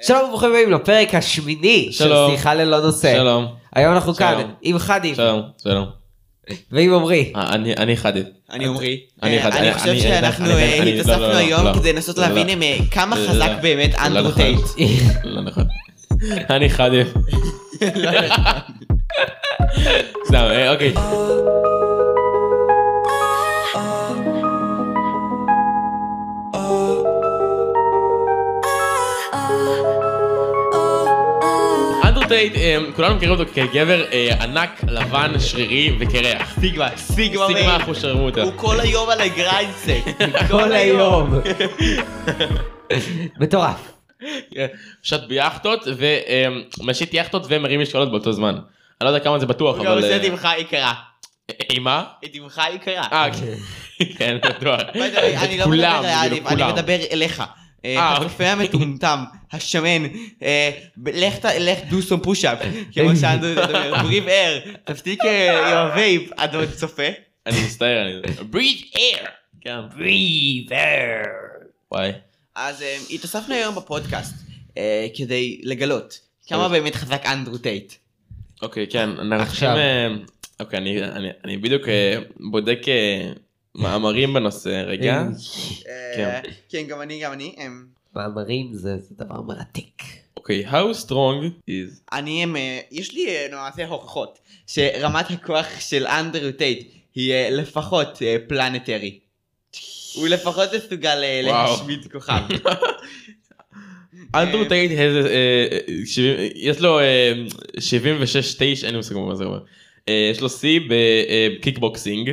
שלום וברוכים הבאים לפרק השמיני של שיחה ללא נושא. שלום. היום אנחנו כאן עם חדיב. שלום. ועם עמרי. אני חדיב. אני עמרי. אני חושב שאנחנו התאספנו היום כדי לנסות להבין כמה חזק באמת אנדרו טייט. לא נכון. אני חדיב. סתם, אוקיי. אנדרו טייט, כולנו מכירים אותו כגבר ענק, לבן, שרירי וקרח. סיגמה אחושרמוטה. הוא כל היום על הגריינסק. כל היום. מטורף. שט ביאכטות ומשית יאכטות ומרים משקולות באותו זמן. אני לא יודע כמה זה בטוח, אבל... הוא גם עושה את אמך יקרה. עם מה? את אמך יקרה. כן, בטוח. אני לא מדבר עליו, אני מדבר אליך. הצופה המטומטם, השמן, לך דו סום פושאפ, כמו שאנדרו מדבר, בריב אר, תפסיק עם הווייפ, עד עוד צופה. אני מסתער, בריב אר. בריב אר. וואי. אז התאספנו היום בפודקאסט, כדי לגלות כמה באמת חזק אנדרו טייט. אוקיי, כן, אנחנו אוקיי, אני בדיוק בודק מאמרים בנושא, רגע. כן, גם אני. מאמרים זה דבר מרתק. אוקיי, how strong is... יש לי נושא הוכחות, שרמת הכוח של אנדרו טייט היא לפחות פלנטרי. הוא לפחות מסוגל להשמיד כוכב. אנדרו טייט יש לו 76-9, אני מסוגל מה זה אומר. יש לו C בקיקבוקסינג.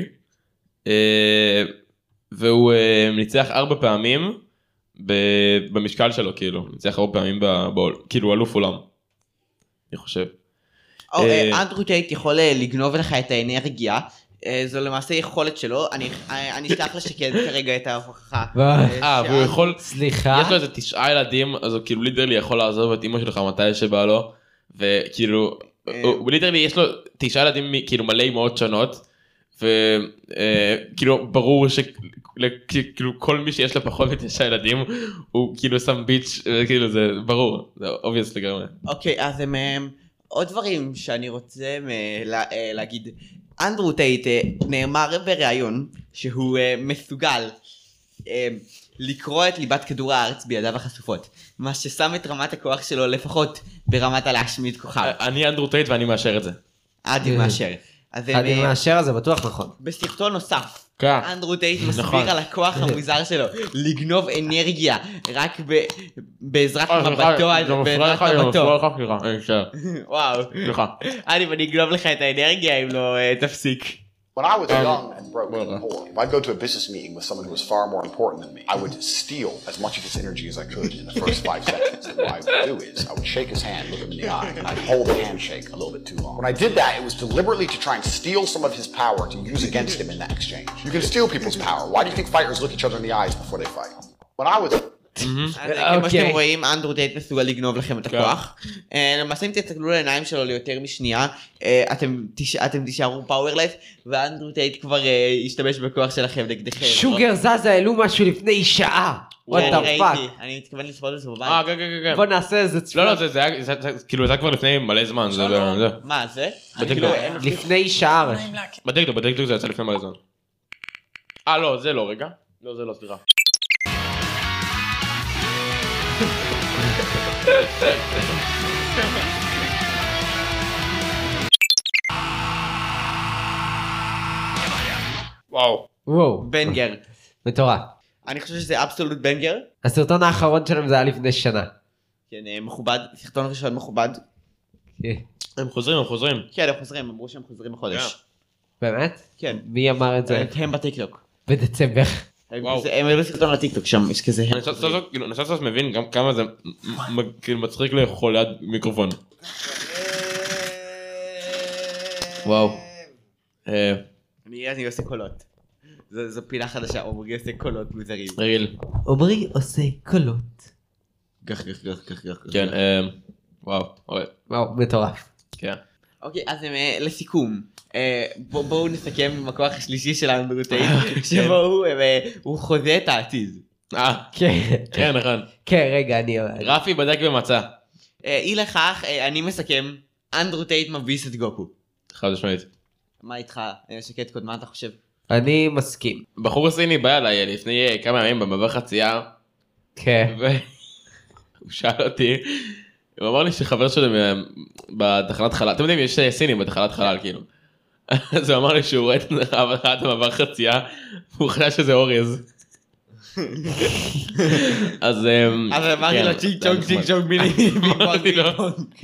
והוא ניצח 4 פעמים במשקל שלו, כאילו, ניצח 4 פעמים כאילו הוא אלוף עולם, אני חושב. אנדרו טייט יכול לגנוב לך את האנרגיה, זו למעשה יכולת שלו, אני אשלח לשקד כרגע את ההוכחה. והוא יכול, סליחה? יש לו איזה 9 ילדים, אז הוא כאילו ליטרלי יכול לעזוב את אמא שלך מתי שבא לו, וכאילו, ליטרלי יש לו 9 ילדים כאילו מלא אמהות שונות, וכאילו ברור שכאילו כל מי שיש לו פחות מ9 ילדים הוא כאילו שם ביץ', כאילו זה ברור, זה obvious לגמרי. אוקיי, אז עוד דברים שאני רוצה להגיד. אנדרו טייט נאמר בריאיון שהוא מסוגל לקרוא את ליבת כדור הארץ בידיו החשופות, מה ששם את רמת הכוח שלו לפחות ברמת הלהשמיד כוכב. אני אנדרו טייט ואני מאשר את זה. עדי מאשר. אני מאשר, זה בטוח נכון. בסרטון נוסף, אנדרו טייט מסביר על הכוח המוזר שלו לגנוב אנרגיה רק בעזרת מבטו. וואו, אני אגנוב לך את האנרגיה אם לא תפסיק. When I was young and broke and poor, if I'd go to a business meeting with someone who was far more important than me, I would steal as much of his energy as I could in the first 5 seconds. And what I would do is I would shake his hand, look him in the eye, and I'd hold the handshake a little bit too long. When I did that, it was deliberately to try and steal some of his power to use against him in that exchange. You can steal people's power. Why do you think fighters look each other in the eyes before they fight? When I was... כמו שאתם רואים, אנדרו טייט מסוגל לגנוב לכם את הכוח. למעשה אם תסתכלו לעיניים שלו ליותר משנייה, אתם תישארו פאוורלס, ואנדרו טייט כבר ישתמש בכוח שלכם נגדכם. שוגר זזה העלו משהו לפני שעה. What the fuck. אני מתכוון לצפות את זה בבית. בוא נעשה איזה צפות. לא, זה היה כבר לפני מלא זמן. מה זה? לפני שעה. בדקדוק זה יצא לפני מלא זמן. לא, זה לא, רגע. לא, זה לא, סליחה. וואו. בנגר. מטורף. אני חושב שזה אבסולוט בנגר. הסרטון האחרון שלהם זה היה לפני שנה. כן, מכובד, סרטון ראשון מכובד. הם חוזרים. כן, הם חוזרים, אמרו שהם חוזרים בחודש. באמת? כן. מי אמר את זה? הם בטיקטוק. בדצמבר. הם העלו סרטון לטיקטוק שם, יש כזה. אני חושב שאתה מבין גם כמה זה מצחיק לאכול ליד מיקרופון. וואו. אני עושה קולות. זו פינה חדשה, עומרי עושה קולות מוזרים. רגיל. עומרי עושה קולות. גח. כן, וואו. וואו, מטורף. כן. אוקיי, אז לסיכום, בואו נסכם עם הכוח השלישי של אנדרו טייט, שבו הוא חוזה את העתיד. כן. כן, נכון. כן, רגע, אני... רפי בדק ומצא. אי לכך, אני מסכם, אנדרו טייט מביס את גוקו. חד משמעית. מה איתך, שקט קוד, מה אתה חושב? אני מסכים. בחור סיני בא אליי לפני כמה ימים במעבר חצייה, כן. והוא שאל אותי, הוא אמר לי שחבר שלו בתחנת חלל, אתם יודעים, יש סינים בתחנת חלל כאילו. אז הוא אמר לי שהוא רואה את המעבר חצייה, והוא חשב שזה אורז. אז אמרתי לו צ'יק צ'וק צ'יק צ'וק מיני אמרתי לו.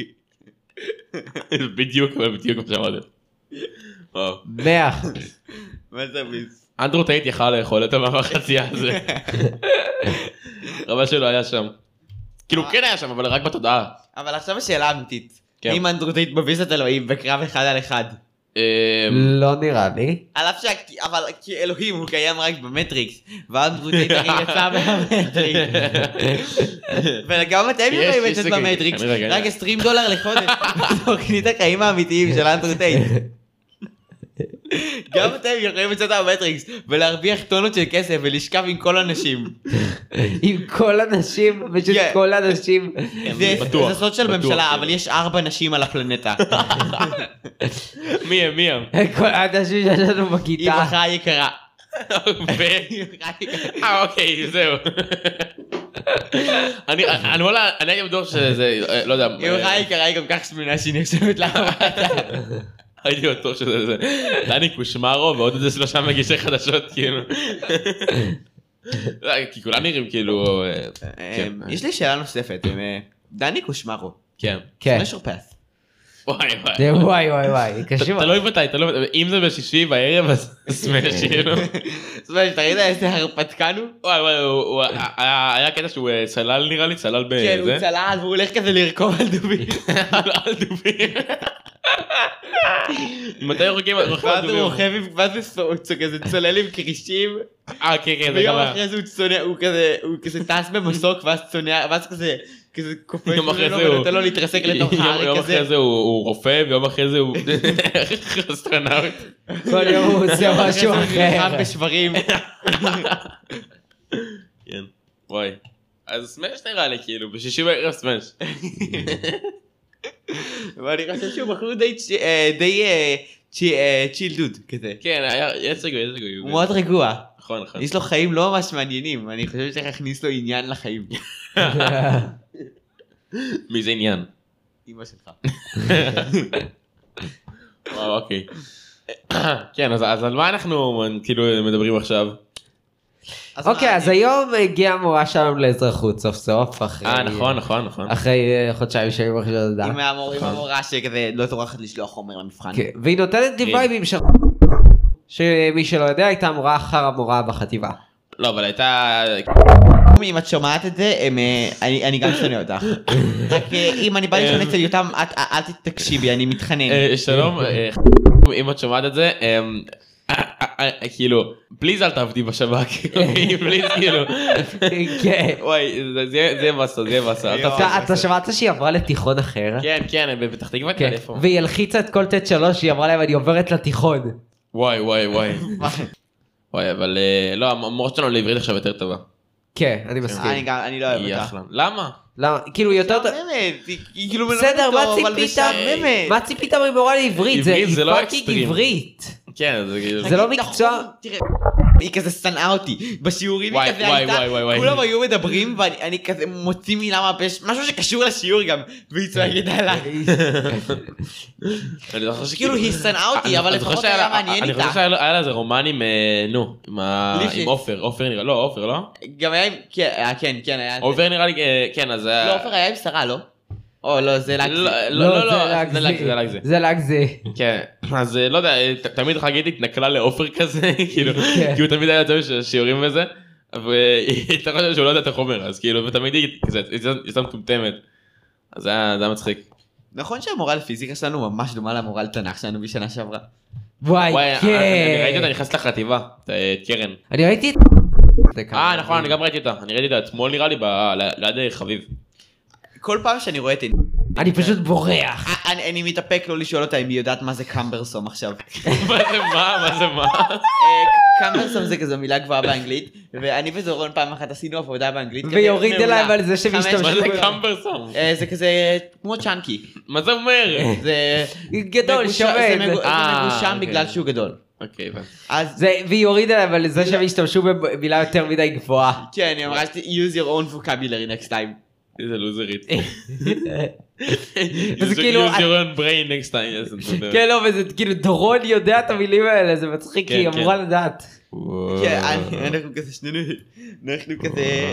בדיוק מה שאמרתי. 100%. מה זה ביס? אנדרו טייט יכל לאכול את המעבר חצייה הזה. רבה שלו היה שם. כאילו כן היה שם אבל רק בתודעה. אבל עכשיו השאלה אמיתית. כן. האם אנדרו טייט מביס את אלוהים בקרב 1 על 1? לא נראה לי. על אף אבל כי אלוהים הוא קיים רק במטריקס, ואנדרו טייט הרי יצא מהמטריקס. וגם אתם יכולים לצאת במטריקס, רק $20 לחודש. תוכנית החיים האמיתיים של אנדרו טייט. גם אתם יכולים לצאת מהמטריקס ולהרוויח טונות של כסף ולשכב עם כל אנשים. עם כל אנשים, פשוט כל אנשים. זה סוד של ממשלה, אבל יש 4 נשים על הפלנטה. מי הם? כל האנשים שיש לנו בכיתה. היא בחרה יקרה. אוקיי, זהו. אני הייתי בטוח שזה, לא יודע. היא בחרה יקרה, היא גם כך סמינה שהיא נחשבת להמתה. הייתי בטוח שזה דני קושמרו ועוד איזה 3 מגישי חדשות כאילו. כי כולם נראים כאילו. יש לי שאלה נוספת. דני קושמרו. כן. סמש או פאס? וואי, קשור. תלוי מתי, אם זה בשישי בערב אז סמש כאילו. סמש, תראית איזה הרפתקן הוא? וואי, היה קטע שהוא צלל נראה לי, צלל בזה. כן, הוא צלל והוא הולך כזה לרכוב על דובים. על דובים. מתי רוקדים על ואז הוא רוכב עם כזה צולל עם קרישים. כן, ויום אחרי זה הוא כזה טס במסוק ואז צונע, ואז כזה קופץ ממנו ונותן לו להתרסק לתוך הארי כזה. יום אחרי זה הוא רופא ויום אחרי זה הוא אסטרונאוט. כל יום הוא עושה משהו אחרי זה הוא נלחם אחר. בשברים. כן, וואי. אז סמש נראה לי כאילו, בשישי בערב סמש. ואני חושב שהוא בחור די צ'יל דוד כזה. כן, יש רגוע. הוא מאוד רגוע. נכון. יש לו חיים לא ממש מעניינים, אני חושב שצריך להכניס לו עניין לחיים. מי זה עניין? אמא שלך. וואו, אוקיי. כן, אז על מה אנחנו כאילו מדברים עכשיו? אוקיי, אז היום הגיעה המורה שלנו לאזרחות סוף סוף. נכון. אחרי חודשיים שהיו עכשיו לדעת. עם המורה שכזה לא טורחת לשלוח חומר למבחן. והיא נותנת דיווייבים שמי שלא יודע הייתה מורה אחר המורה בחטיבה. לא, אבל הייתה... אם את שומעת את זה, אני גם שונא אותך. רק אם אני בא לשון אצל יותם, אל תקשיבי, אני מתחנן. שלום, אם את שומעת את זה, כאילו, פליז אל תעבדי בשב"כ, פליז כאילו, וואי, זה יהיה מסע. אתה שמעת שהיא עברה לתיכון אחר? כן, בפתח תקווה כאן איפה. והיא הלחיצה את כל ט' 3, היא אמרה להם אני עוברת לתיכון. וואי. וואי, אבל לא, המורות שלנו לעברית עכשיו יותר טובה. כן, אני מסכים. אני לא אוהב אותך. למה? למה? כאילו יותר טוב. היא כאילו בסדר, משעממת. מה ציפית ממורה לעברית? זה לא פאקינג אקסטרים. עברית. כן, זה לא מקצוע. תראה, היא כזה שנאה אותי. בשיעורים היא כזה הייתה, וואי. כולם היו מדברים ואני כזה מוציא מילה מהפה, משהו שקשור לשיעור גם, והיא צועקת עליי. כאילו היא שנאה אותי, אבל לפחות היה מעניין אני איתה. חושב שהיה לה איזה רומן עם, עם עופר נראה, לא עופר לא? גם היה עם, כן, היה. עופר נראה לי, כן, אז לא, עופר היה עם שרה, לא? או לא, זה לגזי. לא, זה לגזי. כן, אז לא יודע, תמיד חגית התנכלה לעופר כזה, כאילו, כי הוא תמיד היה יותר שיעורים וזה, והיא הייתה חושבת שהוא לא יודע את החומר, אז כאילו, ותמיד היא הייתה מטומטמת, אז זה היה מצחיק. נכון שהמורה לפיזיקה שלנו ממש דומה למורה לתנ"ך שלנו בשנה שעברה. וואי, כן. אני ראיתי אותה נכנסת לחטיבה, את קרן. אני ראיתי את... נכון, אני גם ראיתי אותה, אני ראיתי אותה אתמול נראה לי ליד חביב. כל פעם שאני רואה את... אני פשוט בורח. אני מתאפק לא לשאול אותה אם היא יודעת מה זה קמברסום עכשיו. מה זה מה? קמברסום זה כזו מילה גבוהה באנגלית, ואני ודורון פעם אחת עשינו עבודה באנגלית. ויוריד אליהם על זה שהם השתמשו. מה זה קמברסום? זה כזה כמו צ'אנקי. מה זה אומר? זה גדול, זה שווה. מגושם בגלל שהוא גדול. אוקיי, אז ויוריד אליהם על זה שהם השתמשו במילה יותר מדי גבוהה. כן, היא אמרה use your own vocabulary next time. איזה לוזרית. וזה כאילו... use your own brain next time. כן, לא, וזה כאילו דורון יודע את המילים האלה, זה מצחיק, כי היא כן. אמורה לדעת. כן, אנחנו כזה שנינו, אנחנו כזה...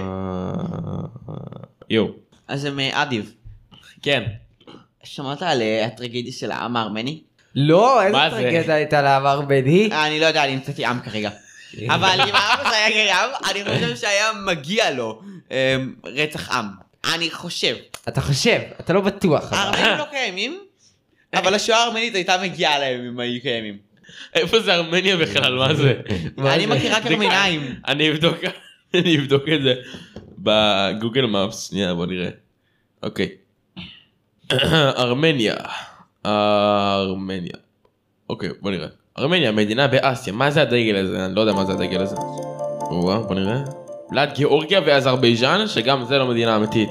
יו. אז הם אדיב, כן. שמעת על הטרגדיה של העם הארמני? לא, איזה מה זה? טרגדיה הייתה לעבר בני. אני לא יודע, אני המצאתי עם כרגע. אבל אם העם הזה היה קיים, אני חושב שהיה מגיע לו רצח עם. אני חושב. אתה חושב, אתה לא בטוח. הארמנים לא קיימים, אבל השואה הארמנית הייתה מגיעה להם אם היו קיימים. איפה זה ארמניה בכלל? מה זה? אני מכיר רק ארמניים. אני אבדוק את זה בגוגל מאפס. שנייה, בוא נראה. אוקיי. ארמניה. אוקיי, בוא נראה. ארמניה, מדינה באסיה. מה זה הדגל הזה? אני לא יודע מה זה הדגל הזה. בוא נראה. ליד גיאורגיה ואזרבייג'אן, שגם זה לא מדינה אמיתית.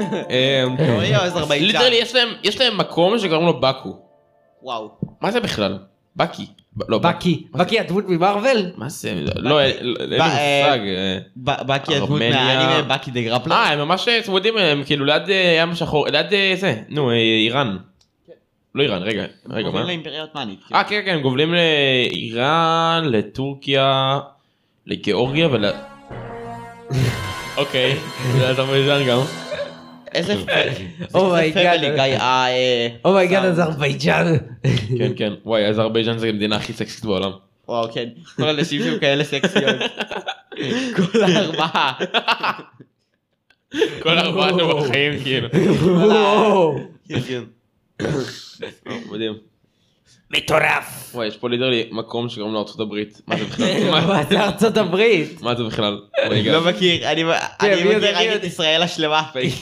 ליטרלי, יש להם מקום שקוראים לו בקו. וואו. מה זה בכלל? בקי. לא, בקי הדמות ממרוול? מה זה? לא, אין לי מושג. בקי הדמות מהאנימה בקי דה גרפלר. הם ממש צמודים, הם כאילו ליד ים שחור, ליד זה, נו, איראן. לא איראן, רגע, מה? גובלים לאימפריה עות'מאנית. כן, הם גובלים לאיראן, לטורקיה, לגיאורגיה אוקיי, לאזרבייג'אן גם. איזה אומייגאד, אומייגאד אזרבייג'אן. כן, וואי, אזרבייג'אן זה המדינה הכי סקסית בעולם. וואו, כן, כל האנשים שהם כאלה סקסיות. כל הארבעה. כל ארבענו בחיים כאילו. וואו. מדהים. מטורף. וואי, יש פה ליטרלי מקום שקוראים לו ארצות הברית. מה זה בכלל? מה זה ארצות הברית? מה זה בכלל? לא מכיר, אני מכיר רק את ישראל השלמה.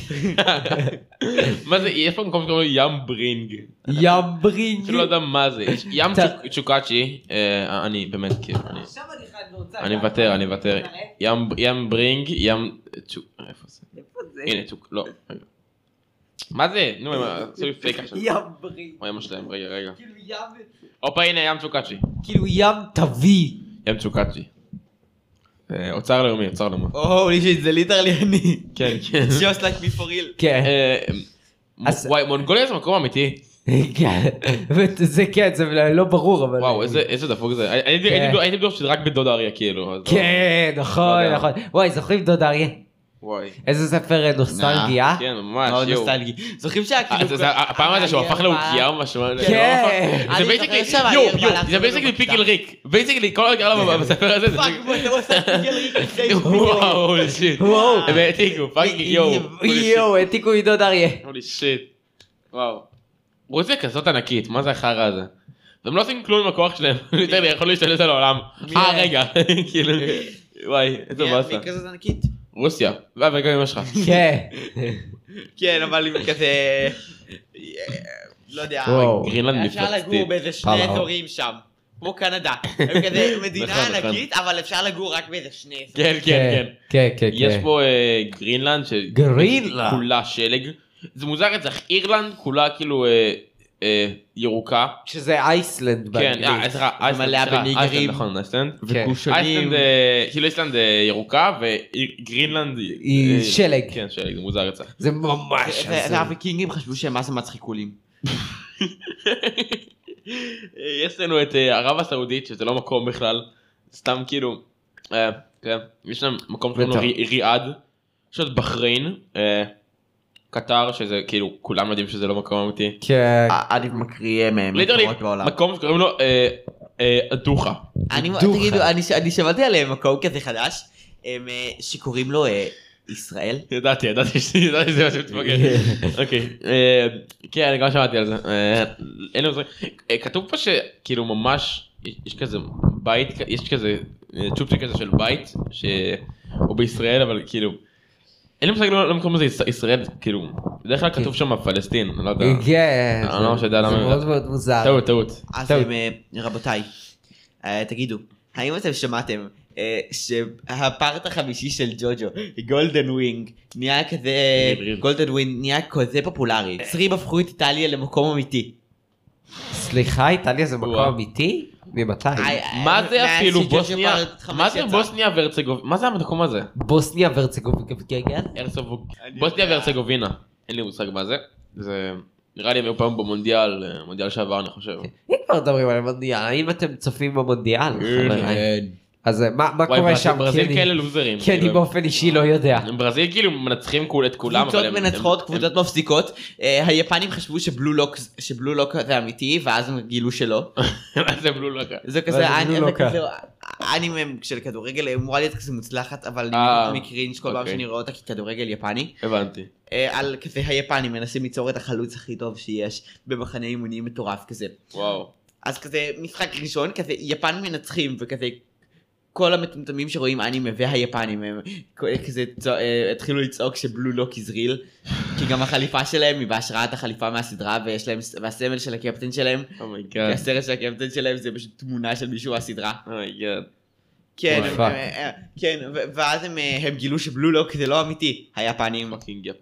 מה זה? יש פה מקום שקוראים לו ים ברינג. ים ברינג. שלא יודע מה זה. יש ים צ'וקאצ'י. אני באמת כאילו. אני מוותר. ים ברינג. ים... איפה זה? הנה צ'וק. לא. מה זה? נו, עשו לי פייק עכשיו. ים ברינג. מה אמא שלהם? רגע. כאילו ים... הופה, הנה ים צ'וקאצ'י. כאילו ים תביא. ים צ'וקאצ'י. אוצר לאומי. הולי שיט, זה ליטרלי אני. כן. just like me for real. כן. וואי, מונגוליה זה מקום אמיתי. כן. זה כן, זה לא ברור, אבל... וואו, איזה דפוק זה. הייתי בטוח שזה רק בדוד אריה, כאילו. כן, נכון. וואי, זוכרים דוד אריה? וואי. איזה ספר נוסטלגיה. כן, ממש, מאוד יואו. נוסטלגי. זוכרים שהיה כאילו... הפעם הזה שהוא הפך לעוגיה או משהו. כן. זה בייסיקלי, זה בייסיקלי פיקל ריק. בייסיקלי, כל הגרלה בספר הזה זה... פאק, בוא, אתה עושה פיקל ריק. וואו, שיט. הם העתיקו, פאק, יואו, העתיקו מדוד אריה. הולי שיט. וואו. רוסיה כזאת ענקית, מה זה החרא הזה? והם לא עושים כלום עם הכוח שלהם. יותר יכול להשתלט על העולם. רגע. כאילו, וואי, איזה באסה. מי כזאת ענקית? רוסיה. וגם אמא שלך. כן. כן, אבל עם כזה... לא יודע. גרינלנד אפשר לגור באיזה שני אזורים שם. כמו קנדה. הם כזה מדינה ענקית, אבל אפשר לגור רק באיזה שני אזורים. כן. יש פה גרינלנד שכולה שלג. זה מוזר את זה, אירלנד כולה כאילו ירוקה. שזה אייסלנד באנגלית. כן, זה מלא בניגרים. נכון, אייסלנד. וגושנים. כאילו איסלנד ירוקה וגרינלנד היא שלג. כן, שלג, זה מוזר את זה. זה ממש... זה הוויקינגים חשבו שהם מה זה מצחיקולים. יש לנו את ערב הסעודית שזה לא מקום בכלל. סתם כאילו, יש להם מקום שקוראים לו ריאד. יש עוד בחריין. קטר שזה כאילו כולם יודעים שזה לא מקום אמיתי. כן. אני מקריא מהם מקומות בעולם. מקום שקוראים לו דוחה. תגידו, אני שמעתי עליהם מקום כזה חדש שקוראים לו ישראל. ידעתי שזה מה שמתפגר. אוקיי. כן, אני גם שמעתי על זה. אין לי מוזר. כתוב פה שכאילו ממש יש כזה בית, יש כזה צ'ופצ'יק כזה של בית שהוא בישראל אבל כאילו אין לי מושג לא מקום הזה ישראל, כאילו, בדרך כלל כתוב שם פלסטין, אני לא יודע. כן, אני לא יודע למה. זה מאוד מאוד מוזר. טעות. אז רבותיי, תגידו, האם אתם שמעתם שהפארט החמישי של ג'וג'ו, גולדן ווינג, נהיה כזה פופולרי. 20 הפכו את איטליה למקום אמיתי. סליחה, איטליה זה מקום אמיתי? ממתי? מה זה אפילו בוסניה? מה זה בוסניה והרצגובינה? מה זה המקום הזה? בוסניה והרצגובינה. בוסניה והרצגובינה. אין לי מושג מה זה. זה נראה לי הם היו פעם במונדיאל, מונדיאל שעבר אני חושב. אם כבר מדברים על המונדיאל, האם אתם צופים במונדיאל? אז מה קורה שם? ברזיל כאלה לוזרים. כי אני באופן אישי לא יודע. ברזיל כאילו מנצחים את כולם. קבוצות מנצחות, קבוצות מפסיקות. היפנים חשבו שבלו לוק זה אמיתי, ואז הם גילו שלא. זה בלו לוקה. זה כזה, אנימה של כדורגל אמורה להיות כזה מוצלחת, אבל אני מקרינג' כל פעם שאני רואה אותה ככדורגל יפני. הבנתי. על כזה היפנים מנסים ליצור את החלוץ הכי טוב שיש במחנה אימונים מטורף כזה. וואו. אז כזה משחק ראשון, כזה יפן מנצחים וכזה כל המטומטמים שרואים אנימה והיפנים הם כזה התחילו לצעוק שבלו לוק יזריל, כי גם החליפה שלהם היא בהשראת החליפה מהסדרה ויש להם, והסמל של הקפטן שלהם, כי הסרט של הקפטן שלהם זה פשוט תמונה של מישהו מהסדרה. כן, כן, ואז הם גילו שבלו לוק זה לא אמיתי, היפנים.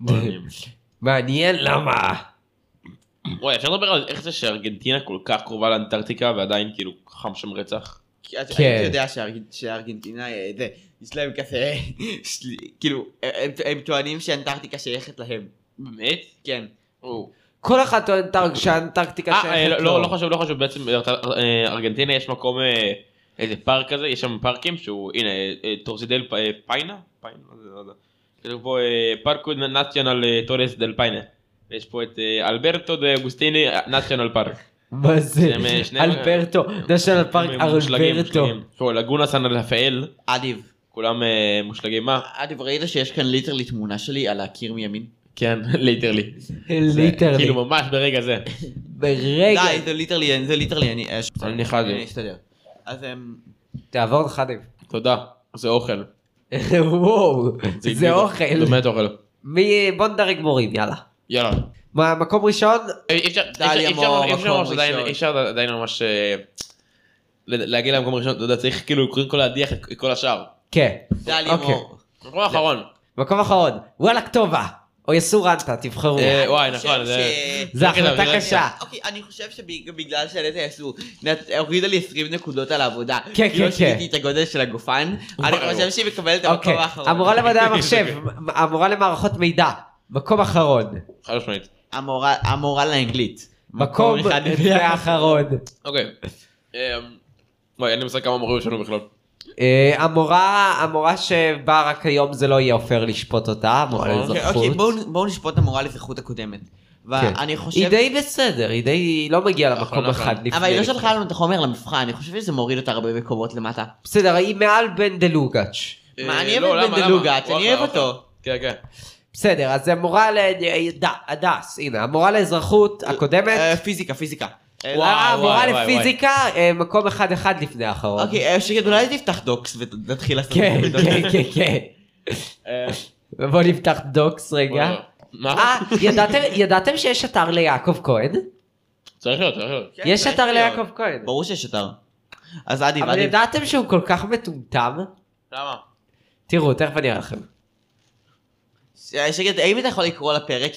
מעניין למה. וואי, אפשר לדבר על איך זה שארגנטינה כל כך קרובה לאנטארקטיקה ועדיין כאילו חם שם רצח? אני יודע שארגנטינה, יש להם כזה, כאילו, הם טוענים שאנטארקטיקה שייכת להם. באמת? כן. כל אחד טוען שהאנטארקטיקה שייכת לו. לא חשוב, בעצם ארגנטינה יש מקום, איזה פארק כזה, יש שם פארקים שהוא, הנה, טורסידל פיינה? יש פה פארקו נציונל טורס דל פיינה. ויש פה את אלברטו דה אוגוסטיני נציונל פארק. מה זה? אלברטו, נשיונל פארק אלברטו. פה לגונה סן רפאל. אדיב. כולם מושלגים מה? אדיב, ראית שיש כאן ליטרלי תמונה שלי על הקיר מימין? כן, ליטרלי. ליטרלי. כאילו ממש ברגע זה. ברגע. די, זה ליטרלי, אני חדים. אני אסתדר. אז תעבור חדים. תודה, זה אוכל. וואו, זה אוכל. באמת אוכל. בוא נדרג מורים, יאללה. יאללה. מקום ראשון? אפשר עדיין ממש להגיע למקום ראשון, אתה יודע, צריך כאילו קודם כל להדיח את כל השאר. כן. דלי מור. מקום אחרון. מקום אחרון, וואלה כתובה. או יסור אנטה, תבחרו. וואי, נכון. זה החלטה קשה. אוקיי, אני חושב שבגלל שהעלית יסור, הורידה לי 20 נקודות על העבודה. כן, כן, לא כן. שיניתי את הגודל של הגופן. אני חושב שהיא מקבלת את המקום האחרון. המורה למדעי המחשב, המורה למערכות מידע. מקום אחרון. חד משמעית. המורה לאנגלית. מקום האחרון. אוקיי. וואי, אין לי מושג כמה מורים יש לנו בכלל. המורה שבאה רק היום זה לא יהיה עופר לשפוט אותה, המורה לאזרחות. אוקיי, בואו נשפוט את המורה לאזרחות הקודמת. ואני חושב... היא די בסדר, היא לא מגיעה למקום אחד לפני. אבל היא לא שלחה לנו את החומר למבחן, אני חושב שזה מוריד אותה הרבה מקומות למטה. בסדר, היא מעל בן דלוגאץ'. מה, אני אוהב את בן דלוגאץ', אני אוהב אותו. כן, כן. בסדר, אז המורה הדס, הנה, המורה לאזרחות הקודמת. פיזיקה. המורה לפיזיקה, מקום אחד לפני האחרון. אוקיי, שכן, אולי תפתח דוקס ותתחיל לעשות... כן. בוא נפתח דוקס רגע. ידעתם שיש אתר ליעקב כהן? צריך להיות. יש אתר ליעקב כהן. ברור שיש אתר. אז עדיף. אבל ידעתם שהוא כל כך מטומטם? למה? תראו, תכף אני אראה לכם. שגד, האם אתה יכול לקרוא לפרק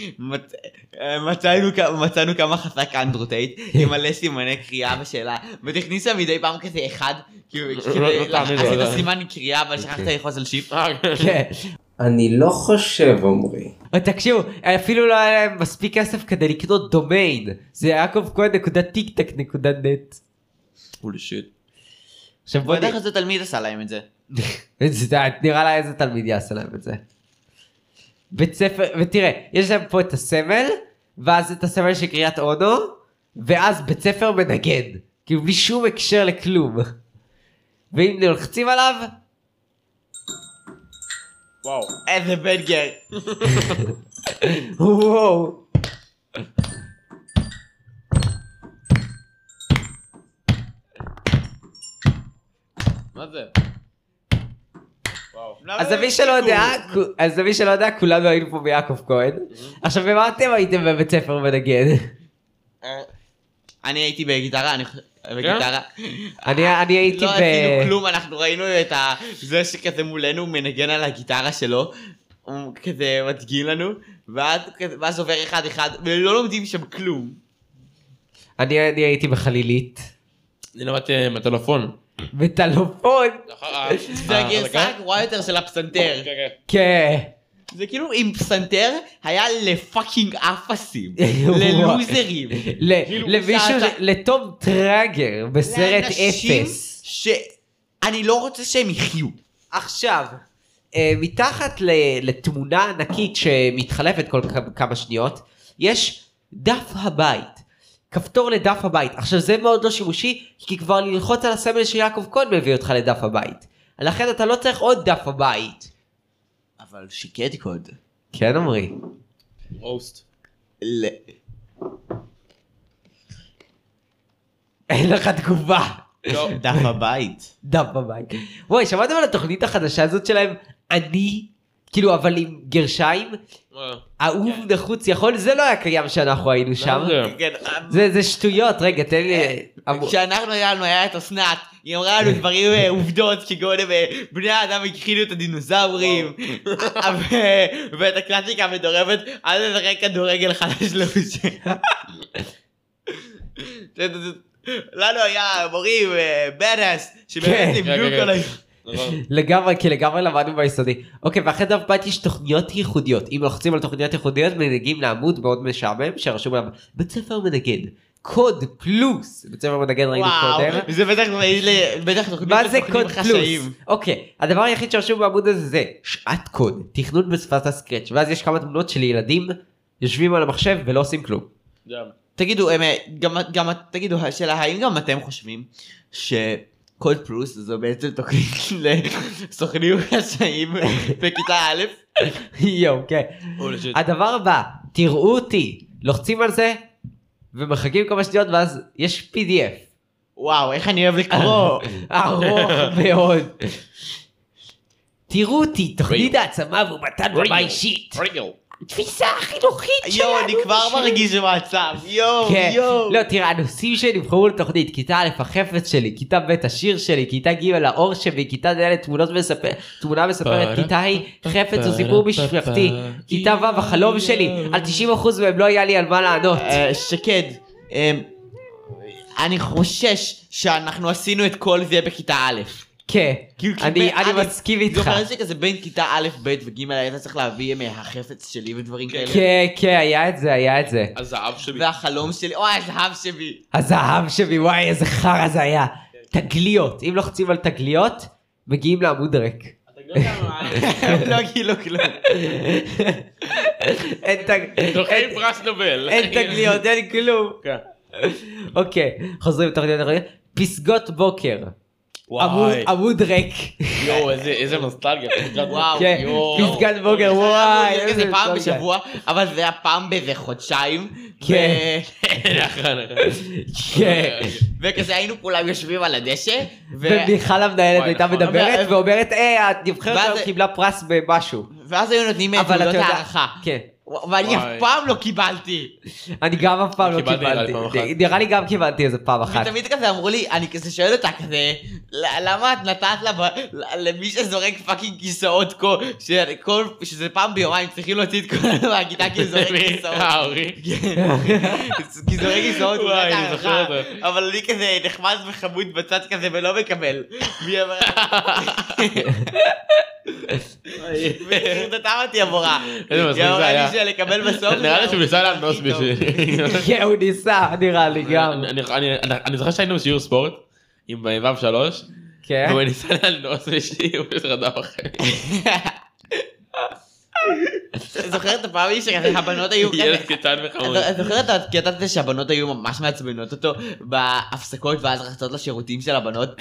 מצאנו כמה חזק אנדרו טייט עם מלא סימני קריאה ושאלה ותכניסה מדי פעם כזה אחד עשית סימן קריאה אבל שכחת ללחוץ על שיפ. אני לא חושב עומרי. תקשיבו, אפילו לא היה להם מספיק כסף כדי לקנות דומיין. זה יעקב כהן.tiktok.net. הולי שיט. בוא נדע איזה תלמיד עשה להם את זה. נראה לה איזה תלמיד יעשה להם את זה. בית ספר, ותראה, יש להם פה את הסמל, ואז את הסמל של קריית אונו, ואז בית ספר מנגד, כאילו בלי שום הקשר לכלום. ואם נלחצים עליו... וואו. איזה בנגר. וואו. מה זה? אז למי שלא יודע, כולנו היינו פה ביעקב כהן. עכשיו, במה אתם הייתם בבית ספר מנגן? אני הייתי בגיטרה, בגיטרה. אני הייתי לא עשינו כלום, אנחנו ראינו את זה שכזה מולנו מנגן על הגיטרה שלו, הוא כזה מדגין לנו, ואז עובר אחד ולא לומדים שם כלום. אני הייתי בחלילית. אני למדתי מטלפון. בטלפון? זה הגרסה הגרועה יותר של הפסנתר. כן. זה כאילו עם פסנתר היה לפאקינג אפסים, ללוזרים. למישהו, לתום טראגר בסרט לאנשים אפס. שאני לא רוצה שהם יחיו. עכשיו, מתחת לתמונה ענקית שמתחלפת כל כמה שניות, יש דף הבית. כפתור לדף הבית. עכשיו זה מאוד לא שימושי, כי כבר ללחוץ על הסמל של יעקב כהן מביא אותך לדף הבית. לכן אתה לא צריך עוד דף הבית. אבל שקט קוד. כן עמרי. רוסט. אין לך תגובה. דף הבית. דף הבית. וואי, שמעתם על התוכנית החדשה הזאת שלהם? אני, כאילו, אבל עם גרשיים, אהוב נחוץ יכול, זה לא היה קיים שאנחנו היינו שם. זה שטויות, רגע, תן לי. כשאנחנו היה את אסנת, היא אמרה לנו דברים עובדות, כגון בני האדם הכחילו את הדינוזאורים, ואת הקלאסיקה המדורבת, אז לשחק כדורגל חדש לאושה. לנו היה מורים בדס, שבאמת לימדו כל היום. לגמרי, כי לגמרי למדנו ביסודי. אוקיי, ואחרי דף בית יש תוכניות ייחודיות. אם לוחצים על תוכניות ייחודיות, מנהגים לעמוד מאוד משעמם, שרשום עליו בית ספר מנגן. קוד פלוס. בית ספר מנגן ראינו קודם. זה בטח תוכנית מה זה קוד חשאיים. פלוס? אוקיי, הדבר היחיד שרשום בעמוד הזה זה שעת קוד, תכנון בשפת הסקרץ', ואז יש כמה תמונות של ילדים יושבים על המחשב ולא עושים כלום. תגידו, האם גם אתם חושבים שקוד פלוס זו בעצם תוכנית לסוכנים חשאיים בכיתה א'? יואו, כן. הדבר הבא, תראו אותי, לוחצים על זה ומחכים כמה שניות ואז יש PDF. וואו, איך אני אוהב לקרוא. ארוך מאוד. תראו אותי, תוכנית העצמה ומתן במה אישית. תפיסה חינוכית שלנו. יואו, אני כבר מרגיש במצב. יואו. לא, תראה, הנושאים שנבחרו לתוכנית, כיתה א' החפץ שלי, כיתה ב' השיר שלי, כיתה ג' האור שלי, כיתה ד' תמונה מספרת, כיתה ה' חפץ או סיפור משפחתי, כיתה ו' החלום שלי, על 90% מהם לא היה לי על מה לענות. שקד, אני חושש שאנחנו עשינו את כל זה בכיתה א'. כן, אני מסכים איתך. זוכר שכזה בין כיתה א', ב' וג' היית צריך להביא מהחפץ שלי ודברים כאלה. כן, כן, היה את זה. הזהב שלי. והחלום שלי, אוי, הזהב שלי. הזהב שלי, וואי, איזה חרא זה היה. תגליות, אם לוחצים על תגליות, מגיעים לעמוד ריק. לא גילו כלום. זוכרים פרס נובל. אין תגליות, אין כלום. אוקיי, חוזרים לתוכניות אחרות. פסגות בוקר. עמוד ריק. יואו, איזה נוסטלגיה. וואו, פסגת בוקר, וואי. זה פעם בשבוע, אבל זה היה פעם באיזה חודשיים. כן. וכזה היינו כולם יושבים על הדשא. ומיכל המנהלת הייתה מדברת ואומרת, הנבחרת היום קיבלה פרס במשהו. ואז היו נותנים תעודות הערכה. כן. ואני אף פעם לא קיבלתי. אני גם אף פעם לא קיבלתי. נראה לי גם קיבלתי איזה פעם אחת. ותמיד כזה אמרו לי, אני כזה שואל אותה כזה, למה את נתת למי שזורק פאקינג כיסאות שזה פעם ביומיים צריכים להוציא את כל מהכיתה כי זורק כיסאות. כי זורק כיסאות הוא נתן הערכה. אבל אני כזה נחמד וחמוד בצד כזה ולא מקבל. מי אמר? וחרדתה אותי המורה. היא אמרה לי שלקבל בסוף. נראה לי שהוא ניסה לאנוס בשביל. כן, הוא ניסה, נראה לי גם. אני זוכר שהיינו בשיעור ספורט עם ו' 3 והוא ניסה לאנוס בשביל רדף אחר. זוכרת את הפעם שהבנות היו כזה. ילד קטן וחמוד. זוכרת את הקטע הזה שהבנות היו ממש מעצבנות אותו בהפסקות ואז רצות לשירותים של הבנות?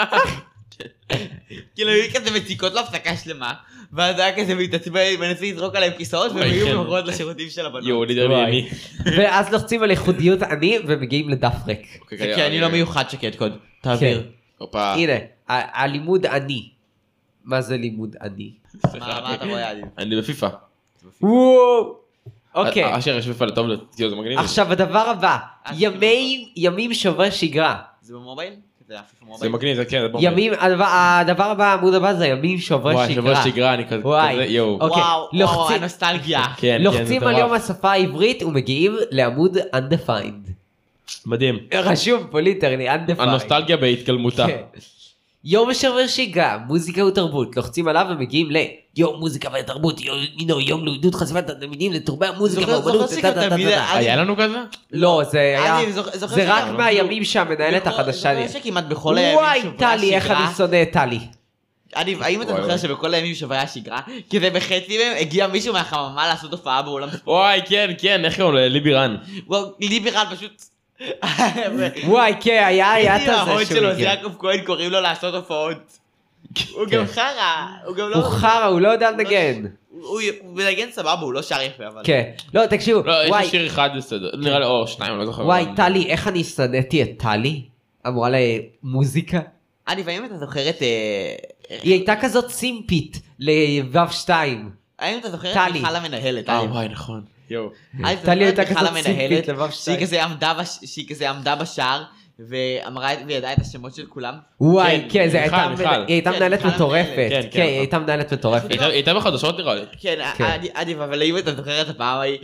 כאילו היו כזה מציקות להפסקה שלמה ואז היה כזה מתעצבן מנסים לזרוק עליהם כיסאות והם היו ממרות לשירותים של הבנות. יואו, לידר מימי. ואז לוחצים על ייחודיות אני ומגיעים לדף ריק. כי אני לא מיוחד שקט קוד. תעביר. הנה, הלימוד אני. מה זה לימוד אני? מה אתה רואה עליו? אני בפיפה. וואו. אוקיי. אשר יש פיפה לטוב, זה מגניב. עכשיו הדבר הבא, ימים שוברי שגרה. זה במובייל? זה זה מגניב, זה כן, זה ימים, הדבר הבא, העמוד הבא זה ימים שוברי וואי, שגרה. שוברי שגרה, אני כזה, וואי. אוקיי, וואו, הנוסטלגיה. כן, לוחצים זה על מטורף. יום השפה העברית ומגיעים לעמוד undefined. מדהים. רשום פה ליטרלי undefined. הנוסטלגיה בהתגלמותה. כן. יום שובר שגרה, מוזיקה ותרבות, לוחצים עליו ומגיעים יום מוזיקה ותרבות, יום לעידוד חשיפת התלמידים לתורמי המוזיקה והאומנות. היה לנו כזה? לא, זה היה, זוכר זה רק שגם- מהימים שהמנהלת החדשה. זוכר שכמעט בכל הימים וואי, שוברי טלי, איך השגרה- אני שונא את טלי. אדיב, האם אתה זוכר שבכל הימים שוברי השגרה, כזה בחצי מהם הגיע מישהו מהחממה לעשות הופעה באולם ספורט? וואי, כן, איך קוראים לו? ליבירן. וואו, ליברל פשוט... וואי, כן, היה את ההוד הזה שלו, שהוא זה הגיע. יעקב כהן, קוראים לו לעשות הופעות. הוא כן. גם חרא, הוא גם לא... הוא חרא, הוא לא יודע לנגן. הוא מנגן סבבה, הוא לא שר יפה, אבל... כן. לא, תקשיבו, לא, יש וואי, לי שיר אחד בסדר. נראה לי, או שניים, לא זוכר. וואי, טלי, איך אני שנאתי את טלי? אמרה למוזיקה. אדיב, האם אתה זוכר את... היא הייתה כזאת סימפית ל-ו2. האם אתה זוכר את טלי. מיכל המנהלת? אדיב? וואי, נכון. יואו. האם אתה טלי זוכר את הייתה מיכל כזאת סימפית המנהלת, ל-ו2. שהיא כזה עמדה בשער, ואמרה, וידעה את השמות של כולם? וואי, כן, כן, מיכל. היא הייתה כן, מנהלת מיכל מטורפת. המנהלת. כן, כן, כן. היא הייתה מנהלת מטורפת. היא הייתה בחדשות נראה לי. כן, כן. אדיב, אבל האם אתה זוכר את הפעם ההיא,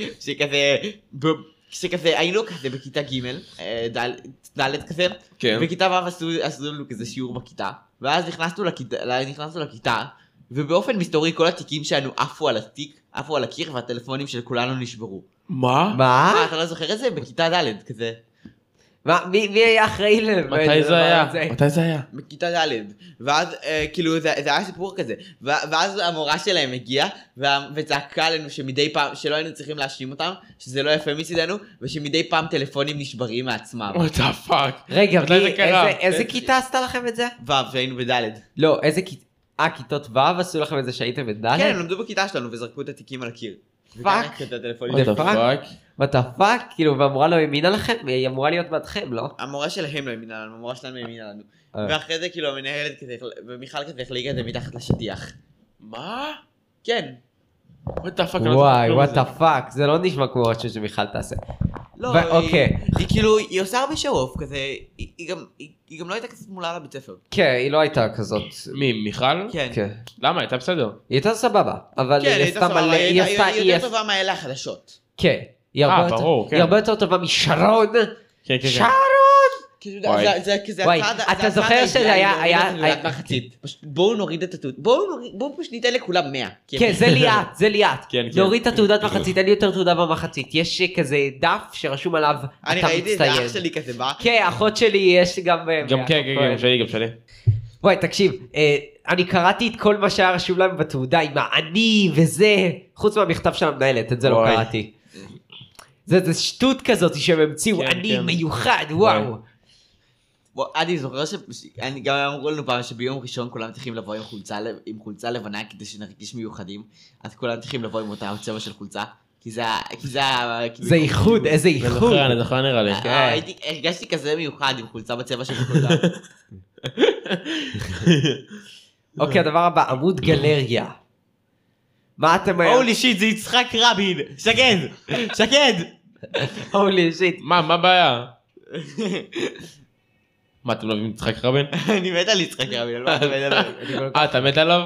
שכזה היינו כזה בכיתה ג' ד' כזה, כן. בכיתה ו' עשו לנו כזה שיעור בכיתה, ואז נכנסנו לכיתה, ובאופן מסתורי כל התיקים שלנו עפו על התיק, עפו על הקיר, והטלפונים של כולנו נשברו. מה? מה? אתה לא זוכר את זה? בכיתה ד' כזה. מי היה אחראי מתי זה היה? מתי זה היה? בכיתה ד' ואז כאילו זה היה סיפור כזה ואז המורה שלהם הגיעה וצעקה עלינו שמדי פעם שלא היינו צריכים להאשים אותם, שזה לא יפה מצידנו, ושמדי פעם טלפונים נשברים מעצמם. what the fuck? רגע, מתי זה קרה? איזה כיתה עשתה לכם את זה? ו' שהיינו בד'. לא, איזה כיתה? כיתות ו' עשו לכם את זה שהייתם בד'? כן, הם למדו בכיתה שלנו וזרקו את התיקים על הקיר. פאק. את הטלפונים. what the what the fuck? fuck? what the fuck? כאילו, והמורה לא האמינה לכם? היא אמורה להיות בעדכם, לא? המורה שלהם לא האמינה לנו, המורה שלנו האמינה לנו. אה. ואחרי זה כאילו המנהלת כזה, ומיכל כזה החליגה את זה מתחת לשטיח. מה? כן. what the fuck? אני לא זוכר וואי, כלום what מזה. the fuck? זה לא נשמע כמו משהו שמיכל תעשה. לא, אוקיי. היא כאילו, היא עושה הרבה שואו-אוף כזה, היא גם לא הייתה כזה מולה לבית ספר. כן, היא לא הייתה כזאת. מי, מיכל? כן. כן. למה? הייתה בסדר. היא הייתה סבבה, אבל כן, היא הייתה סתם סבבה, היא היא יותר טובה מאלה החדשות. כן. היא הרבה יותר- ברור, כן. היא הרבה יותר טובה משרון. כן, כן, שרון! כאילו, וואי. זה כזה וואי, הצעד- אתה זה הצעד זוכר שזה האידיאלי היה- להוריד את היה- תעודת מחצית. פשוט בואו נוריד את התעודה, בואו פשוט ניתן לכולם 100. כן, זה ליאת, זה ליאת. כן, כן. להוריד את התעודת מחצית, אין לי יותר תעודה במחצית. יש כזה דף שרשום עליו, אני אתה ראיתי את זה, מצטיין. אח שלי כזה בא. כן, אחות שלי יש גם... גם כן, כן, גם שלי, גם שלי. וואי, תקשיב, אני קראתי את כל מה שהיה רשום להם בתעודה עם האני וזה, חוץ מהמכתב של המנהלת, את זה לא וואי. קראתי. זה שטות כזאת שהם המציאו, כן, אני כן. מיוחד, וואו. אני זוכר גם אמרו לנו פעם שביום ראשון כולם צריכים לבוא עם חולצה לבנה כדי שנרגיש מיוחדים, אז כולם צריכים לבוא עם אותה צבע של חולצה, כי זה זה איחוד, איזה אני איחוד. זוכר, אני זוכר נראה לי. כן. הרגשתי כזה מיוחד עם חולצה בצבע של חולצה. אוקיי, הדבר הבא, עמוד גלריה. מה אתם... הולי שיט, זה יצחק רבין, שקד. הולי שיט. מה הבעיה? מה, אתם לא מבינים יצחק רבין? אני מת על יצחק רבין, על מה אתה מת עליו? אתה מת עליו?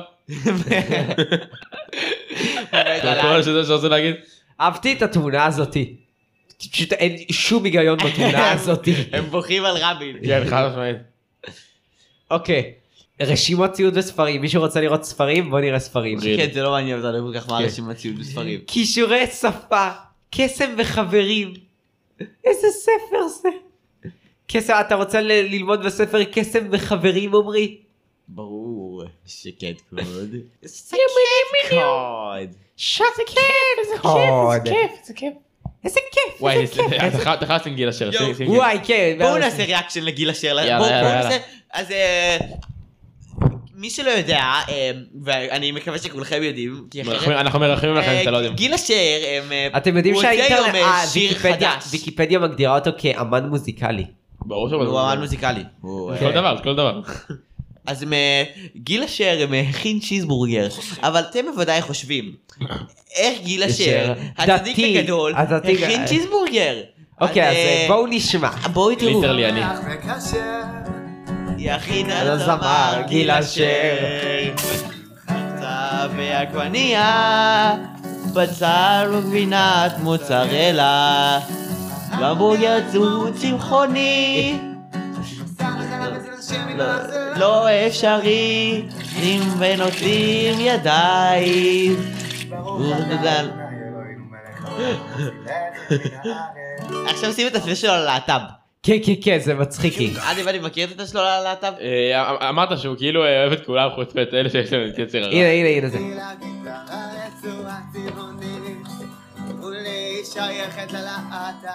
אתה כל שזה שרוצה להגיד? אהבתי את התמונה הזאתי. פשוט אין שום היגיון בתמונה הזאתי. הם בוכים על רבין. כן, חד משמעית. אוקיי, רשימות ציוד וספרים, מישהו רוצה לראות ספרים? בוא נראה ספרים. כן, זה לא מעניין אותנו כל כך מה כן. אנשים מציעו בספרים. כישורי שפה, קסם וחברים. איזה ספר זה? קסם, אתה רוצה ללמוד בספר קסם וחברים, עומרי? ברור, שקד קוד. שקד, איזה קוד. איזה כיף. איזה כיף, וואי, איזה כיף. אתה חייב לשים גיל אשר. יואו. וואי, כן. בואו נעשה ריאקשן לגיל אשר. יאללה, בואו יאללה. נעשה. אז מי שלא יודע, ואני מקווה שכולכם יודעים, כי אחרת- אנחנו מרחמים לכם, אתה לא יודעים. גיל אשר, אתם יודעים הוא הוציא היום שהאינטרנט, שיר חדש. ויקיפדיה מגדירה אותו כאמן מוזיקלי. ברור הוא אמן מוזיקלי. כל דבר, כל דבר. אז גיל אשר הכין צ'יזבורגר, אבל אתם בוודאי חושבים, איך גיל אשר, אשר, הצדיק דתי, הגדול, הצדיק- הכין צ'יזבורגר? אוקיי, אז בואו נשמע. בואי תראו. ליטרלי אני. יחיד על על הזמר, גיל אשר. חרצה ועגבניה, בצל וגבינת מוצרלה, לבוגר צור צמחוני, לא אפשרי, נים ונוטלים ידיים. עכשיו שים את השביל שלו על הלהט"ב. כן, זה מצחיקי. אני מכיר את השלו על הלהט"ב? אמרת שהוא כאילו אוהב את כולם חוץ ואת אלה שיש להם את יצר הרע. הנה זה. שייכת ללהט"ב,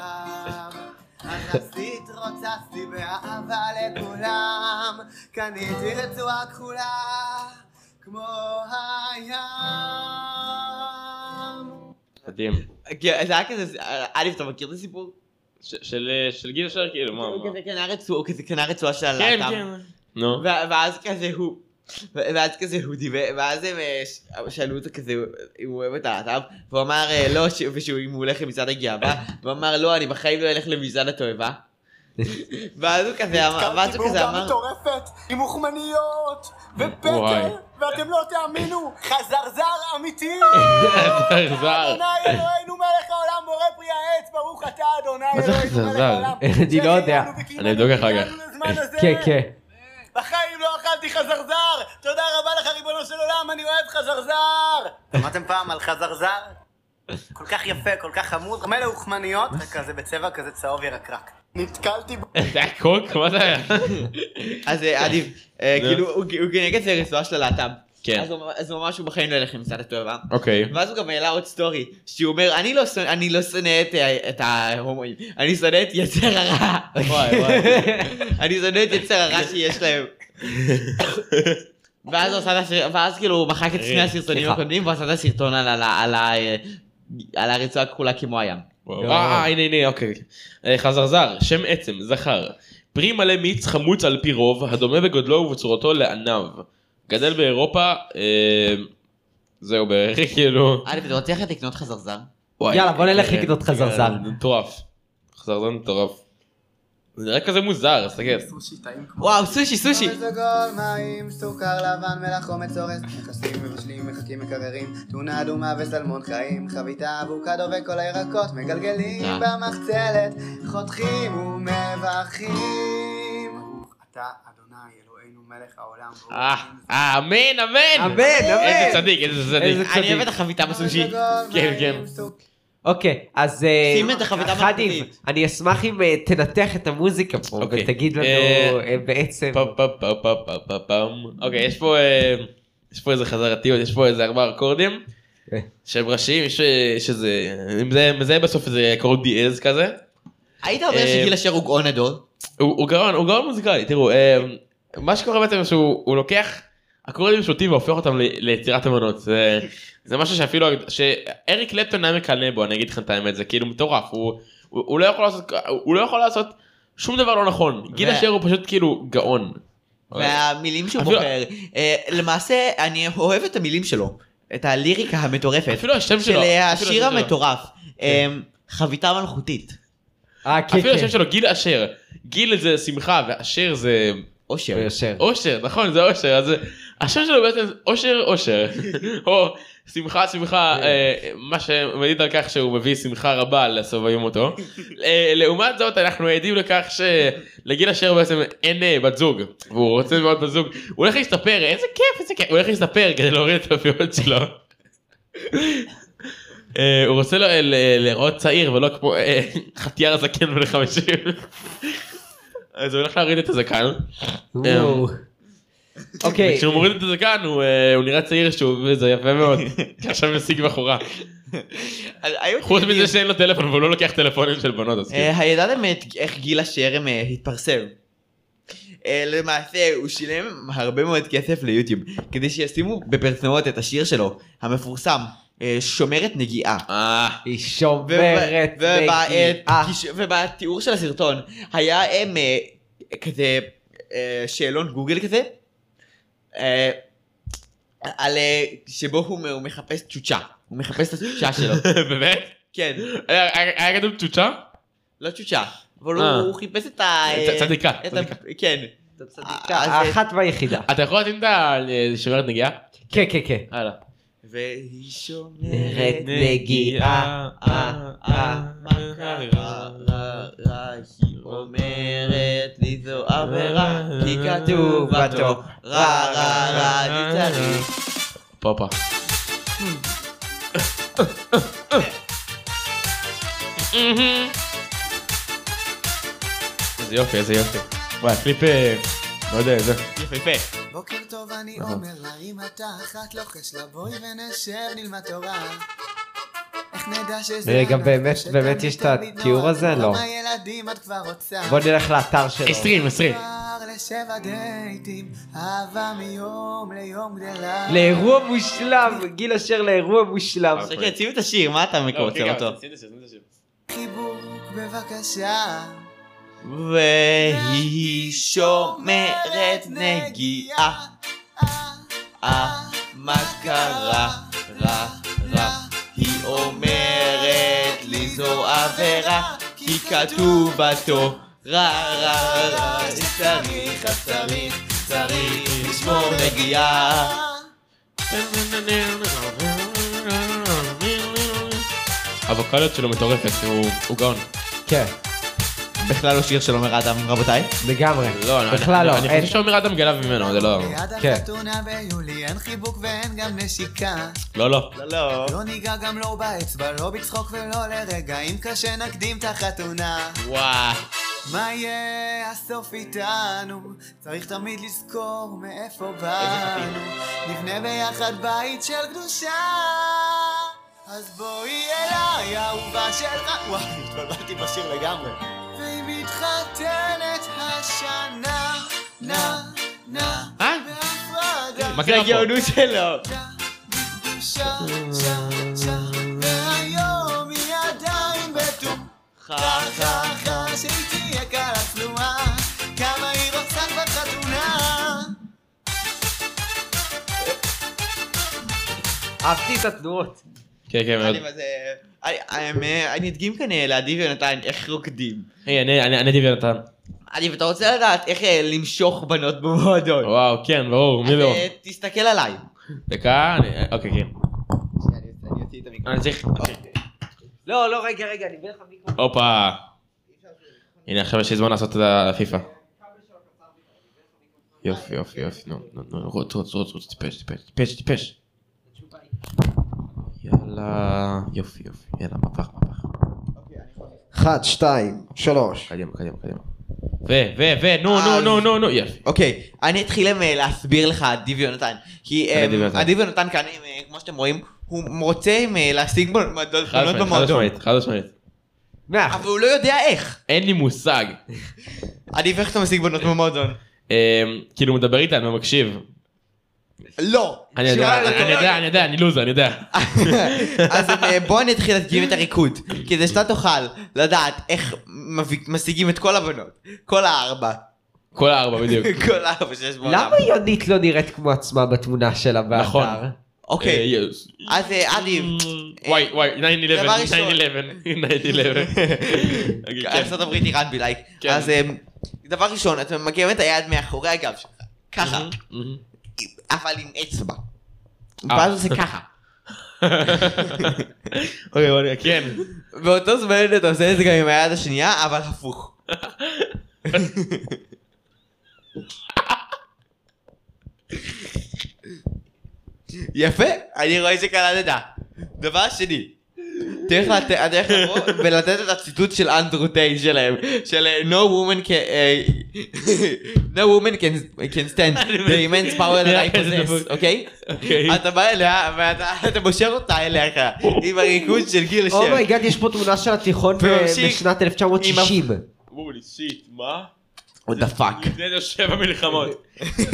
יחסית רוצצתי באהבה לכולם, קניתי רצועה כחולה כמו הים. מדהים. זה היה כזה, אליף, אתה מכיר את הסיפור? של גיל אשר כאילו, מה? הוא כזה קנה רצועה של כן, הלהט"ב. כן. נו. ואז כזה הוא דיבר, ואז הם שאלו אותו כזה, אם הוא אוהב את הלהט"ב, והוא אמר לא, אם הוא הולך למצעד הגאווה, והוא אמר לא, אני בחיים לא אלך למצעד התועבה. ואז הוא כזה אמר, נתקלתי בעוגה מטורפת עם מוכמניות ופטל, ואתם לא תאמינו, חזרזר אמיתי. חזרזר. אדוני אלוהינו מלך העולם בורא פרי העץ, ברוך אתה אדוני מה זה אלוהינו מלך חזרזר? העולם. אני לא יודע. אני אבדוק אחר כך. כן. בחיים לא אכלתי חזרזר! תודה רבה לך ריבונו של עולם, אני אוהב חזרזר! שמעתם פעם על חזרזר? כל כך יפה, כל כך חמוד, מלא אוכמניות, כזה בצבע כזה צהוב ירקרק. נתקלתי בו. זה היה קוק? מה זה היה? אז עדיף, כאילו הוא גנג את זה רצועה של הלהט"ב. כן. אז הוא ממש הוא בחיים לא ילך למצעד התועבה. אוקיי. ואז הוא גם העלה עוד סטורי, שהוא אומר, אני לא שונא את ההומואים, אני שונא את יצר הרע. אני שונא את יצר הרע שיש להם. ואז כאילו הוא מחק את שני הסרטונים הקודמים, ועשה את הסרטון על הרצועה הכחולה כמו הים. הנה, אוקיי. חזרזר, שם עצם, זכר. פרי מלא מיץ חמוץ על פי רוב, הדומה בגודלו ובצורתו לענב. גדל באירופה, זהו בערך כאילו. אתה רוצה ללכת לקנות חזרזר? יאללה, בוא נלך לקנות חזרזר. מטורף. חזרזר מטורף. זה נראה כזה מוזר, תסתכל. וואו, סושי. סגול, מים, סוכר לבן, מלח חומץ אורז, מכסים, מבשלים, מחכים מקררים, טונה אדומה וסלמון חיים, חביתה, אבוקדו וכל הירקות, מגלגלים במחצלת, חותכים ומבכים. ברוך אתה אדוני אלוהינו מלך העולם. אמן. איזה צדיק. אני אוהב את החביתה בסושי. כן. אוקיי, אז שים את החביתה חדיב, מלכותית. אני אשמח אם תנתח את המוזיקה פה ותגיד לנו בעצם. אוקיי, יש פה איזה חזרתיות, יש פה איזה 4 אקורדים שהם ראשיים, יש איזה, אם זה בסוף איזה אקורד דיאז כזה. היית אומר שגיל אשר הוא גאון הדור? הוא גאון מוזיקלי, תראו, מה שקורה בעצם שהוא לוקח אקורדים פשוטים והופך אותם ליצירת אמנות. זה משהו שאפילו, שאריק קלפטון היה מקנא בו, אני אגיד לכם את האמת, זה כאילו מטורף, הוא לא יכול לעשות שום דבר לא נכון, גיל אשר הוא פשוט כאילו גאון. והמילים שהוא בוחר, למעשה אני אוהב את המילים שלו, את הליריקה המטורפת, אפילו השם שלו, של השיר המטורף, חביתה מלכותית. אפילו השם שלו, גיל אשר, גיל זה שמחה ואשר זה אושר, נכון, זה אושר, אז השם שלו בעצם אושר, או שמחה, מה שמעיד על כך שהוא מביא שמחה רבה לסובבים אותו. לעומת זאת אנחנו עדים לכך שלגיל אשר בעצם אין בת זוג, והוא רוצה מאוד בת זוג, הוא הולך להסתפר, איזה כיף, הוא הולך להסתפר כדי להוריד את הפיות שלו. הוא רוצה לראות צעיר ולא כמו חתיאר זקן בן 50. אז הוא הולך להוריד את הזקן. אוקיי. כשהוא מוריד את הזקן הוא נראה צעיר שוב, זה יפה מאוד. עכשיו משיג בחורה. חוץ מזה שאין לו טלפון והוא לא לוקח טלפונים של בנות. הידעתם איך גיל אשר התפרסם? למעשה הוא שילם הרבה מאוד כסף ליוטיוב כדי שישימו בפרסומות את השיר שלו המפורסם, שומרת נגיעה. היא שומרת נגיעה. ובתיאור של הסרטון היה כזה שאלון גוגל כזה על שבו הוא מחפש צ'וצ'ה, הוא מחפש את הצ'וצ'ה שלו. באמת? כן. היה כתוב צ'וצ'ה? לא תשוצ'ה, אבל הוא חיפש את ה... צדיקה. כן. האחת והיחידה. אתה יכול להתאים את השומרת נגיעה? כן, כן, כן. הלאה. והיא שומרת נגיעה, מה קרה? היא אומרת לי זו עבירה, כי כתוב בתור, אני צריך. פופה. איזה יופי, איזה יופי. וואי, קליפ... לא יודע, איזה. יפה. בוקר טוב אני אומר לה אם אתה אחת לוחש לה בואי ונשב נלמד תורה. איך נדע שזה... רגע, באמת יש את התיאור הזה? לא. כמה ילדים את כבר רוצה? בוא נלך לאתר שלו. 20. לשבע דייטים, אהבה מיום ליום גדלה. לאירוע מושלם, גיל אשר לאירוע מושלם. שקט, שים את השיר, מה אתה מקוצר אותו? חיבוק בבקשה. והיא שומרת נגיעה, מה קרה? היא אומרת לי זו עבירה, כי כתוב בתור, צריך לשמור נגיעה. הווקליות שלו מטורפת, הוא גאון. כן, בכלל לא שיר של עומר אדם, רבותיי. לגמרי. בכלל לא. אני חושב שעומר אדם גנב ממנו, זה לא... כן. החתונה ביולי אין חיבוק ואין גם נשיקה. לא. לא ניגע גם לא באצבע, לא בצחוק ולא לרגע, אם קשה נקדים את החתונה. וואו. מה יהיה הסוף איתנו? צריך תמיד לזכור מאיפה באנו. נבנה ביחד בית של קדושה. אז בואי אליי, אהובה שלך. וואי, התבלבלתי בשיר לגמרי. והיא מתחתנת השנה, בהפרדה. מה קרה פה? הגאונות שלו. והיום היא עדיין בטוחה שהיא תהיה קלה צלומה, כמה היא רוצה כבר חתונה. אהבתי את התנועות. כן, מאוד. אני אדגים כאן לעדי ויונתן איך רוקדים. היי, אני דיבר נתן. עדי, ואתה רוצה לדעת איך למשוך בנות במועדון? וואו, כן, ברור, מי לא? אז תסתכל עליי. דקה, אוקיי, כן. אני אוציא את המיקרופון. אני צריך... לא, רגע, אני אביא לך מיקרופון. הופה. הנה, עכשיו יש לי זמן לעשות את הפיפה. יופי, נו, רוץ, טיפש. יאללה, יופי, יאללה, מפח. 1, 2, 3. קדימה. נו, יופי. אוקיי, אני אתחיל להסביר לך עדי ויונתן. כי עדי ויונתן כאן, כמו שאתם רואים, הוא רוצה להשיג בנות במועדון. חד משמעית. אבל הוא לא יודע איך. אין לי מושג. עדי, ואיך אתה משיג בנות במועדון? כאילו מדבר איתן ומקשיב. לא. אני יודע, אני לוזר, אני יודע. אז בוא נתחיל להדגים את הריקוד, כדי שאתה תוכל לדעת איך משיגים את כל הבנות, כל הארבע. כל הארבע בדיוק. כל הארבע שיש בעולם. למה יונית לא נראית כמו עצמה בתמונה שלה באתר? נכון. אוקיי, אז עדי. וואי, 9/11. דבר ראשון. 9/11. ארצות הברית איראן בי לייק. אז דבר ראשון, אתה מגיעים את היד מאחורי הגב שלך, ככה. אבל עם אצבע. ואז זה ככה. אוקיי, כן. באותו זמן אתה עושה את זה גם עם היד השנייה, אבל הפוך. יפה, אני רואה שקלטת. דבר שני, תלך לבוא ולתת את הציטוט של אנדרו טייט שלהם, של no woman can stand the immense power that I possess, אוקיי? אתה בא אליה ואתה מושך אותה אליך עם הריקוד של גיל אשר. אומייגאד, יש פה תמונה של התיכון בשנת 1960. הולי שיט, מה? what the fuck. לפני 7 מלחמות.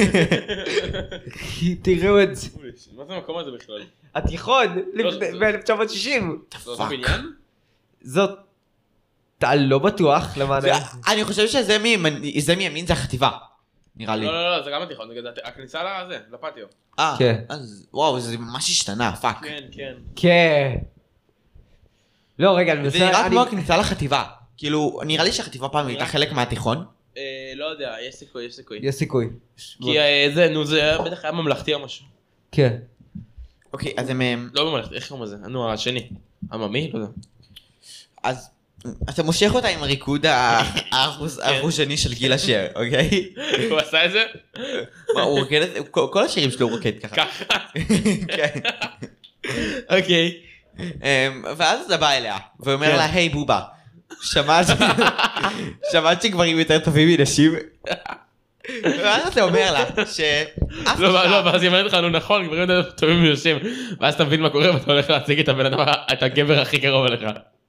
תראו את זה. מה זה המקום הזה בכלל? התיכון ב-1960. זה בניין? זאת... אתה לא בטוח למען... אני חושב שזה מימין, זה החטיבה. נראה לי. לא, זה גם התיכון, זה הכניסה לזה, לפטיו. כן. אז וואו, זה ממש השתנה, פאק. כן. כן. לא, רגע, אני זה נראה כמו הכניסה לחטיבה. כאילו, נראה לי שהחטיבה פעם הייתה חלק מהתיכון. לא יודע, יש סיכוי, יש סיכוי. יש סיכוי. כי זה בטח היה ממלכתי או משהו. כן. אוקיי, אז הם... לא ממלכתי, איך קוראים לזה? נו, השני. עממי? לא יודע. אז אתה מושך אותה עם הריקוד האחוזני של גיל אשר, אוקיי? הוא עשה את זה? מה, הוא רוקד את זה? כל השירים שלו הוא רוקד ככה. ככה. כן. אוקיי. ואז אתה בא אליה, ואומר לה, היי בובה, שמעת שגברים יותר טובים מנשים? ואז אתה אומר לה, שאף לא, ואז היא אומרת לך, נו נכון, גברים יותר טובים מנשים, ואז אתה מבין מה קורה ואתה הולך להציג את הבן אדם, את הגבר הכי קרוב אליך.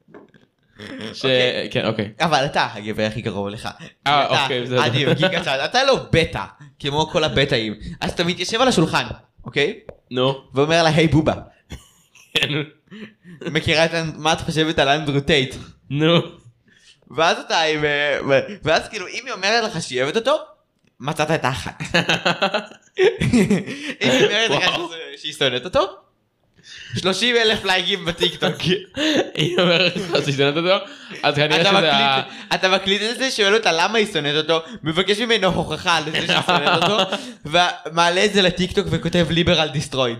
כן, אוקיי. אבל אתה הגבר הכי קרוב אליך. אוקיי, בסדר. אתה לא בטא, כמו כל הבטאים. אז אתה מתיישב על השולחן, אוקיי? נו. ואומר לה, היי בובה. כן. מכירה את מה את חושבת על אנדרו טייט? נו. ואז אתה עם... ואז כאילו, אם היא אומרת לך שהיא אוהבת אותו, מצאת את האחת. אם היא אומרת לך שהיא שונאת אותו, 30,000 לייקים בטיקטוק. היא אומרת לך שהיא שונאת אותו, אז כנראה שזה... אתה מקליט את זה, שואל אותה למה היא שונאת אותו, מבקש ממנו הוכחה על זה שהיא שונאת אותו, ומעלה את זה לטיקטוק וכותב ליברל דיסטרויד.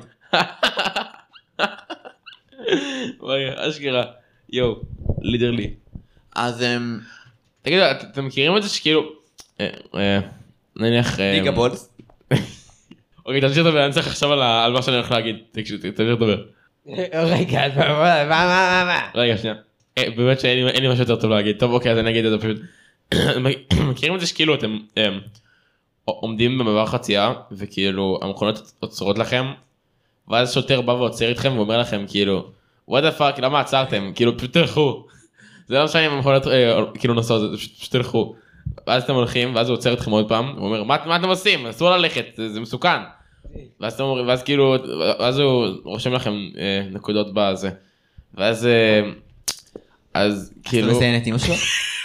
וואי, אשכרה. יואו, לידרלי. אז תגידו, אתם מכירים את זה שכאילו... נניח... ליגה בולס? אוקיי, תמשיך לדבר, אני צריך עכשיו על מה שאני הולך להגיד. תמשיך לדבר. רגע, מה? רגע, שנייה. באמת שאין לי משהו יותר טוב להגיד. טוב, אוקיי, אז אני אגיד את זה פשוט. מכירים את זה שכאילו אתם עומדים במעבר חצייה, וכאילו המכונות עוצרות לכם, ואז שוטר בא ועוצר איתכם ואומר לכם כאילו, what the fuck, למה עצרתם? כאילו, פשוט תלכו. זה לא משנה אם המכונות כאילו נוסעות, פשוט תלכו. ואז אתם הולכים, ואז הוא עוצר אתכם עוד פעם, הוא אומר, מה אתם עושים? אסור ללכת, זה מסוכן. ואז כאילו, ואז הוא רושם לכם נקודות בזה. ואז, אז כאילו... אתה מזיין את אמא שלו?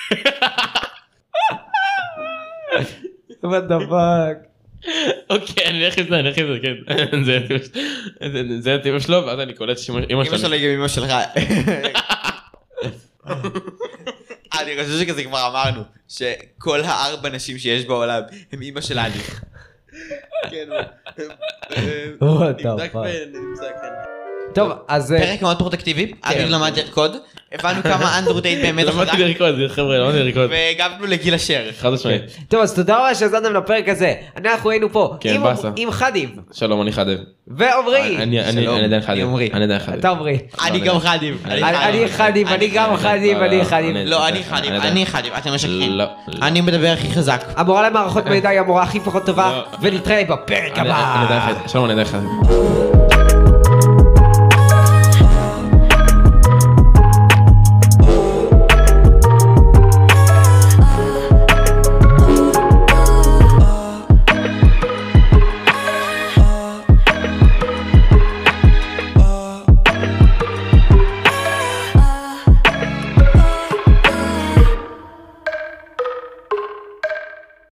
מה דבק? אוקיי, אני אלך עם זה, כן. זה את אמא שלו, ואז אני קולט שאמא אמא שלו היא גם אמא שלך. אני חושב שכזה כבר אמרנו, שכל 4 נשים שיש בעולם הם אמא של אני. כן, נבדק ונמצא כאן. טוב, אז... פרק מאוד פרוטקטיבי, אביב למד לרקוד, הבנו כמה אנדרו טייט באמת חזק. למדתי לרקוד, חבר'ה, למדתי לרקוד. והגבנו לגיל אשר. חד משמעית. טוב, אז תודה רבה שהזמנתם לפרק הזה. אנחנו היינו פה עם חדיב. שלום, אני חדיב. ועומרי. אני עדיין חדיב. אתה עומרי. אני גם חדיב. אני חדיב, אני גם חדיב, אני חדיב. לא, אני חדיב, אתם משקרים. אני מדבר הכי חזק. המורה למערכות מידע היא המורה הכי פחות טובה, ונתראה בפרק הבא. שלום, אני עדיין חדיב.